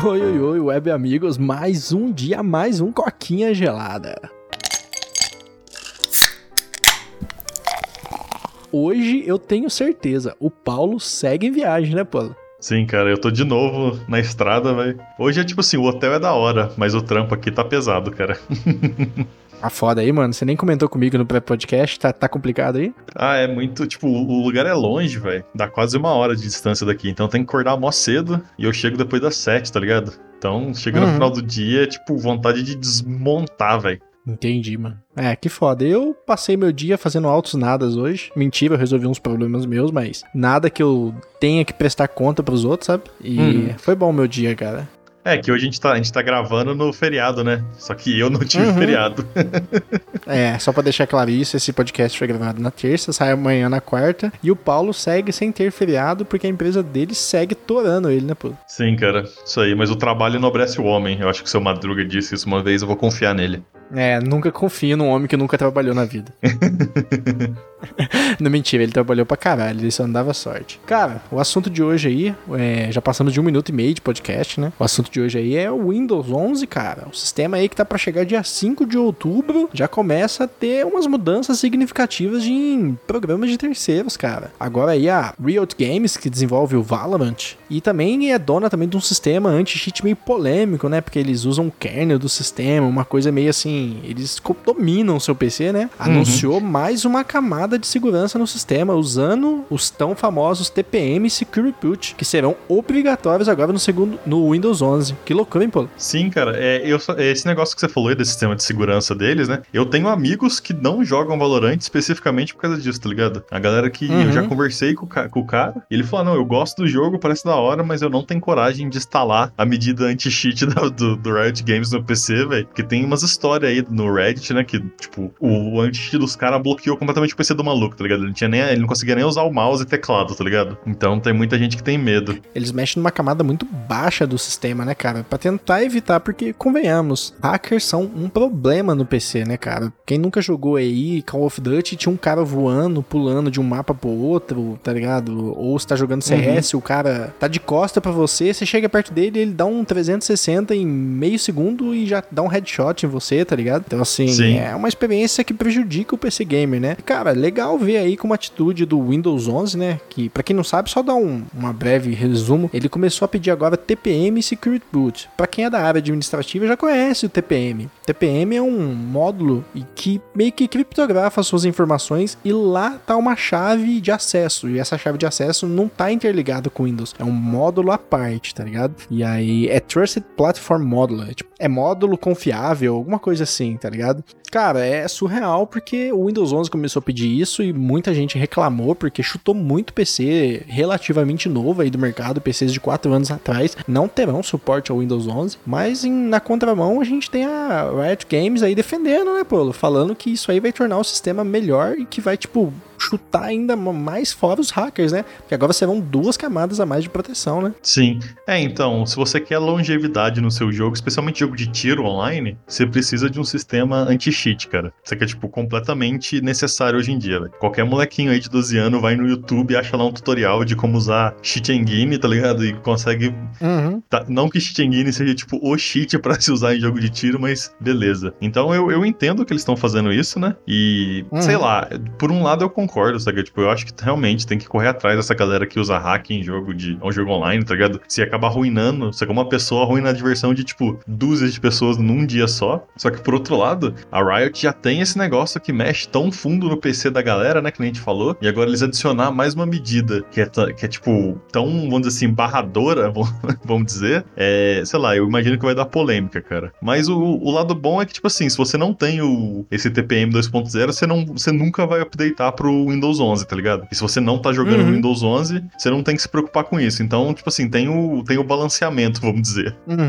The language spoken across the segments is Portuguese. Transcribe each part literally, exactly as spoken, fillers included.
Oi, oi, oi, web amigos, mais um dia, mais um coquinha gelada. Hoje eu tenho certeza, o Paulo segue em viagem, né, Paulo? Sim, cara, eu tô de novo na estrada, velho. Hoje é tipo assim, o hotel é da hora, mas o trampo aqui tá pesado, cara. Tá foda aí, mano. Você nem comentou comigo no pré-podcast, tá, tá complicado aí? Ah, é muito, tipo, o lugar é longe, velho. Dá quase uma hora de distância daqui, então tem que acordar mó cedo e eu chego depois das sete, tá ligado? Então, chega no Uhum. final do dia, tipo, vontade de desmontar, velho. Entendi, mano. É, que foda. Eu passei meu dia fazendo altos nadas hoje. Mentira, eu resolvi uns problemas meus, mas nada que eu tenha que prestar conta pros outros, sabe? E Uhum. foi bom meu dia, cara. É, que hoje a gente, tá, a gente tá gravando no feriado, né? Só que eu não tive Uhum. feriado. É, só pra deixar claro isso, esse podcast foi gravado na terça, sai amanhã na quarta. E o Paulo segue sem ter feriado, porque a empresa dele segue torando ele, né, pô? Sim, cara, isso aí. Mas o trabalho enobrece o homem. Eu acho que o seu Madruga disse isso uma vez, eu vou confiar nele. É, nunca confio num homem que nunca trabalhou na vida. Não, mentira, ele trabalhou pra caralho, ele só não dava sorte. Cara, o assunto de hoje aí, é, já passamos de um minuto e meio de podcast, né? O assunto de hoje aí é o Windows onze, cara. O sistema aí que tá pra chegar dia cinco de outubro, já começa a ter umas mudanças significativas de, em programas de terceiros, cara. Agora aí a Riot Games, que desenvolve o Valorant, e também é dona também de um sistema anti-cheat meio polêmico, né? Porque eles usam o kernel do sistema, uma coisa meio assim, eles dominam o seu P C, né? Anunciou uhum. mais uma camada de segurança no sistema, usando os tão famosos T P M Security Boot, que serão obrigatórios agora no segundo no Windows onze. Que loucura, hein, Paulo? Sim, cara, é, eu, esse negócio que você falou aí desse sistema de segurança deles, né? Eu tenho amigos que não jogam Valorant especificamente por causa disso, tá ligado? A galera que uhum. eu já conversei com, com o cara, e ele falou, não, eu gosto do jogo, parece da hora, mas eu não tenho coragem de instalar a medida anti-cheat do, do Riot Games no P C, velho, porque tem umas histórias aí no Reddit, né, que, tipo, o, o anti-cheat dos caras bloqueou completamente o P C do maluco, tá ligado? Ele não tinha nem, ele não conseguia nem usar o mouse e teclado, tá ligado? Então tem muita gente que tem medo. Eles mexem numa camada muito baixa do sistema, né, cara? Pra tentar evitar, porque, convenhamos, hackers são um problema no P C, né, cara? Quem nunca jogou aí Call of Duty, tinha um cara voando, pulando de um mapa pro outro, tá ligado? Ou você tá jogando C S, uhum. o cara tá de costa pra você, você chega perto dele, ele dá um trezentos e sessenta em meio segundo e já dá um headshot em você, tá ligado? Então, assim, Sim. é uma experiência que prejudica o P C Gamer, né? Cara, legal ver aí como atitude do Windows onze, né? Que, pra quem não sabe, só dá um uma breve resumo, ele começou a pedir agora T P M Security Boot. Pra quem é da área administrativa, já conhece o T P M. T P M é um módulo que meio que criptografa suas informações e lá tá uma chave de acesso. E essa chave de acesso não tá interligada com o Windows. É um módulo à parte, tá ligado? E aí é Trusted Platform Module. É, tipo, é módulo confiável, alguma coisa assim, tá ligado? Cara, é surreal porque o Windows onze começou a pedir isso e muita gente reclamou porque chutou muito P C relativamente novo aí do mercado, P Cs de quatro anos atrás não terão suporte ao Windows onze, mas em, na contramão a gente tem a Riot Games aí defendendo, né, Paulo? Falando que isso aí vai tornar o sistema melhor e que vai, tipo, chutar ainda mais fora os hackers, né? Porque agora serão duas camadas a mais de proteção, né? Sim. É, então, se você quer longevidade no seu jogo, especialmente jogo de tiro online, você precisa de um sistema anti-cheat, cara. Isso aqui é, tipo, completamente necessário hoje em dia, velho. Qualquer molequinho aí de doze anos vai no YouTube e acha lá um tutorial de como usar cheat engine, tá ligado? E consegue... Uhum. Tá, não que cheat engine seja, tipo, o cheat pra se usar em jogo de tiro, mas beleza. Então, eu, eu entendo que eles estão fazendo isso, né? E, uhum. sei lá, por um lado eu concordo, sabe? Tipo, eu acho que realmente tem que correr atrás dessa galera que usa hack em jogo de um jogo online, tá ligado? Se acaba arruinando, você como uma pessoa arruina a diversão de, tipo, dúzias de pessoas num dia só. Só que, por outro lado, a Riot já tem esse negócio que mexe tão fundo no P C da galera, né? Que nem a gente falou. E agora eles adicionar mais uma medida que é, que é tipo, tão, vamos dizer assim, barradora, vamos dizer. É, sei lá, eu imagino que vai dar polêmica, cara. Mas o, o lado bom é que, tipo assim, se você não tem o, esse T P M dois ponto zero, você, não, você nunca vai updatear pro Windows onze, tá ligado? E se você não tá jogando uhum. no Windows onze, você não tem que se preocupar com isso. Então, tipo assim, tem o, tem o balanceamento, vamos dizer. Uhum.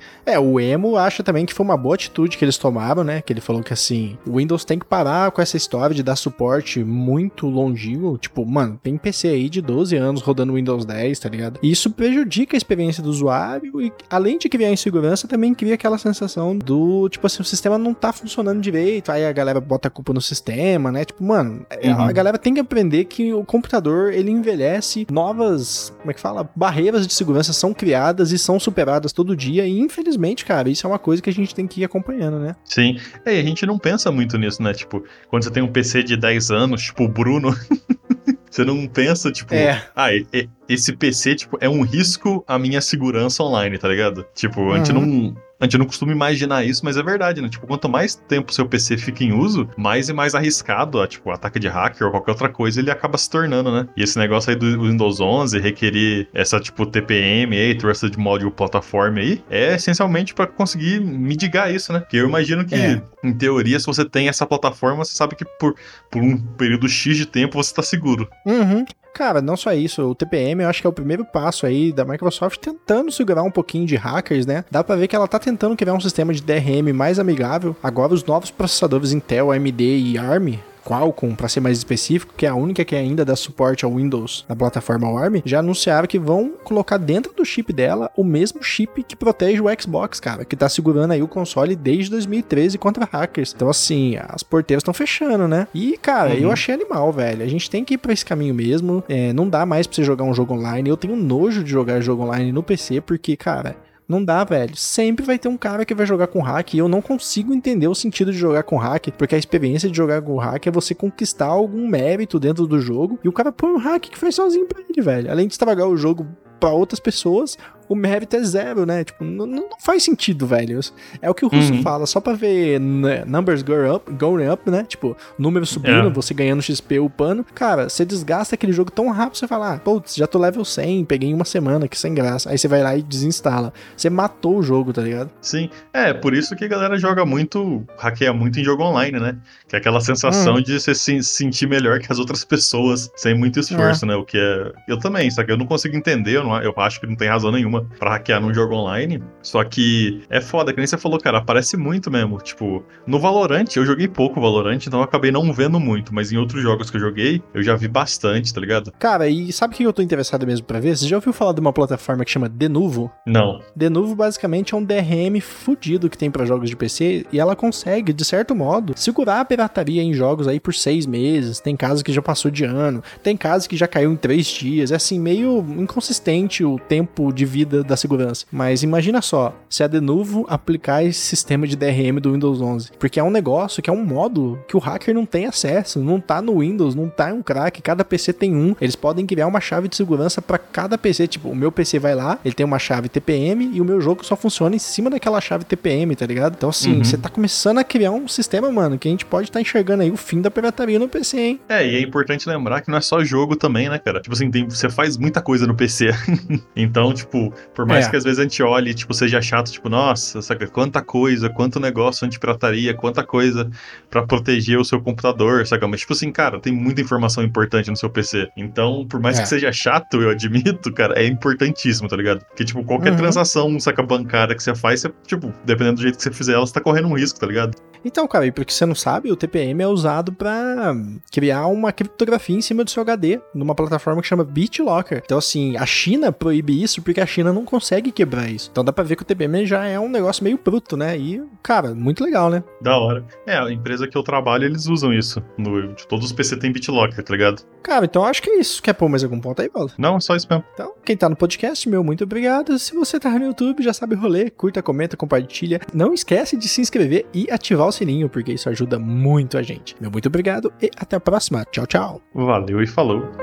É, o Emo acha também que foi uma boa atitude que eles tomaram, né? Que ele falou que, assim, o Windows tem que parar com essa história de dar suporte muito longinho. Tipo, mano, tem P C aí de doze anos rodando Windows dez, tá ligado? E isso prejudica a experiência do usuário e, além de criar insegurança, também cria aquela sensação do, tipo assim, o sistema não tá funcionando direito, aí a galera bota a culpa no sistema, né? Tipo, mano, uhum. a galera tem que aprender que o computador, ele envelhece, novas, como é que fala? Barreiras de segurança são criadas e são superadas todo dia e, infelizmente, cara, isso é uma coisa que a gente tem que ir acompanhando, né? Sim. É, e a gente não pensa muito nisso, né? Tipo, quando você tem um P C de dez anos, tipo o Bruno, você não pensa, tipo, é. ah, esse P C, tipo, é um risco à minha segurança online, tá ligado? Tipo, uhum. a gente não... A gente não costuma imaginar isso, mas é verdade, né? Tipo, quanto mais tempo seu P C fica em uso, mais e mais arriscado, ó, tipo, ataque de hacker ou qualquer outra coisa, ele acaba se tornando, né? E esse negócio aí do Windows onze requerir essa, tipo, T P M aí, Trusted Module Platform aí, é essencialmente pra conseguir mitigar isso, né? Porque eu imagino que, é. em teoria, se você tem essa plataforma, você sabe que por, por um período X de tempo você tá seguro. Uhum. Cara, não só isso, o T P M eu acho que é o primeiro passo aí da Microsoft tentando segurar um pouquinho de hackers, né? Dá pra ver que ela tá tentando criar um sistema de D R M mais amigável. Agora os novos processadores Intel, A M D e ARM, Qualcomm, para ser mais específico, que é a única que ainda dá suporte ao Windows na plataforma ARM, já anunciaram que vão colocar dentro do chip dela o mesmo chip que protege o Xbox, cara, que tá segurando aí o console desde dois mil e treze contra hackers. Então, assim, as porteiras estão fechando, né? E, cara, uhum. eu achei animal, velho. A gente tem que ir pra esse caminho mesmo. É, não dá mais pra você jogar um jogo online. Eu tenho nojo de jogar jogo online no P C, porque, cara... Não dá, velho. Sempre vai ter um cara que vai jogar com hack e eu não consigo entender o sentido de jogar com hack, porque a experiência de jogar com hack é você conquistar algum mérito dentro do jogo e o cara põe um hack que faz sozinho pra ele, velho. Além de estragar o jogo pra outras pessoas, o mérito é zero, né? Tipo, não, não faz sentido, velho. É o que o Russo uhum. fala, só pra ver numbers going up, going up, né? Tipo, números subindo, é. você ganhando X P upando. Cara, você desgasta aquele jogo tão rápido, você fala, ah, putz, já tô level cem, peguei em uma semana, que sem graça. Aí você vai lá e desinstala. Você matou o jogo, tá ligado? Sim, é, por isso que a galera joga muito, hackeia muito em jogo online, né? Que é aquela sensação uhum. de você se sentir melhor que as outras pessoas, sem muito esforço, é. né? O que é... Eu também, só que eu não consigo entender, eu, não, eu acho que não tem razão nenhuma pra hackear num jogo online, só que é foda, que nem você falou, cara, aparece muito mesmo, tipo, no Valorant, eu joguei pouco Valorant, então eu acabei não vendo muito, mas em outros jogos que eu joguei, eu já vi bastante, tá ligado? Cara, e sabe o que eu tô interessado mesmo pra ver? Você já ouviu falar de uma plataforma que chama Denuvo? Não. Denuvo basicamente é um D R M fudido que tem pra jogos de P C, e ela consegue, de certo modo, segurar a pirataria em jogos aí por seis meses, tem casos que já passou de ano, tem casos que já caiu em três dias, é assim, meio inconsistente o tempo de vida da segurança. Mas imagina só, se a Denuvo aplicar esse sistema de D R M do Windows onze, porque é um negócio que é um modo que o hacker não tem acesso, não tá no Windows, não tá em um crack, cada P C tem um, eles podem criar uma chave de segurança pra cada P C, tipo, o meu P C vai lá, ele tem uma chave T P M e o meu jogo só funciona em cima daquela chave T P M, tá ligado? Então assim, uhum. você tá começando a criar um sistema, mano, que a gente pode estar tá enxergando aí o fim da pirataria no P C, hein? É, e é importante lembrar que não é só jogo também, né, cara? Tipo assim, tem, você faz muita coisa no P C, então, tipo, por mais é. que às vezes a gente olhe e, tipo, seja chato, tipo, nossa, saca, quanta coisa, quanto negócio anti-pirataria, quanta coisa pra proteger o seu computador, saca? Mas, tipo assim, cara, tem muita informação importante no seu P C. Então, por mais é. que seja chato, eu admito, cara, é importantíssimo, tá ligado? Porque, tipo, qualquer uhum. transação, saca, bancária que você faz, você, tipo, dependendo do jeito que você fizer ela, você tá correndo um risco, tá ligado? Então, cara, e porque você não sabe, o T P M é usado pra criar uma criptografia em cima do seu H D, numa plataforma que chama BitLocker. Então, assim, a China proíbe isso porque a China não consegue quebrar isso. Então dá pra ver que o T P M já é um negócio meio bruto, né? E, cara, muito legal, né? Da hora. É, a empresa que eu trabalho, eles usam isso. No, todos os P C tem BitLocker, tá ligado? Cara, então acho que é isso. Quer pôr mais algum ponto aí, Paulo? Não, só isso mesmo. Então, quem tá no podcast, meu, muito obrigado. Se você tá no YouTube, já sabe o rolê. Curta, comenta, compartilha. Não esquece de se inscrever e ativar o sininho, porque isso ajuda muito a gente. Meu, muito obrigado e até a próxima. Tchau, tchau. Valeu e falou.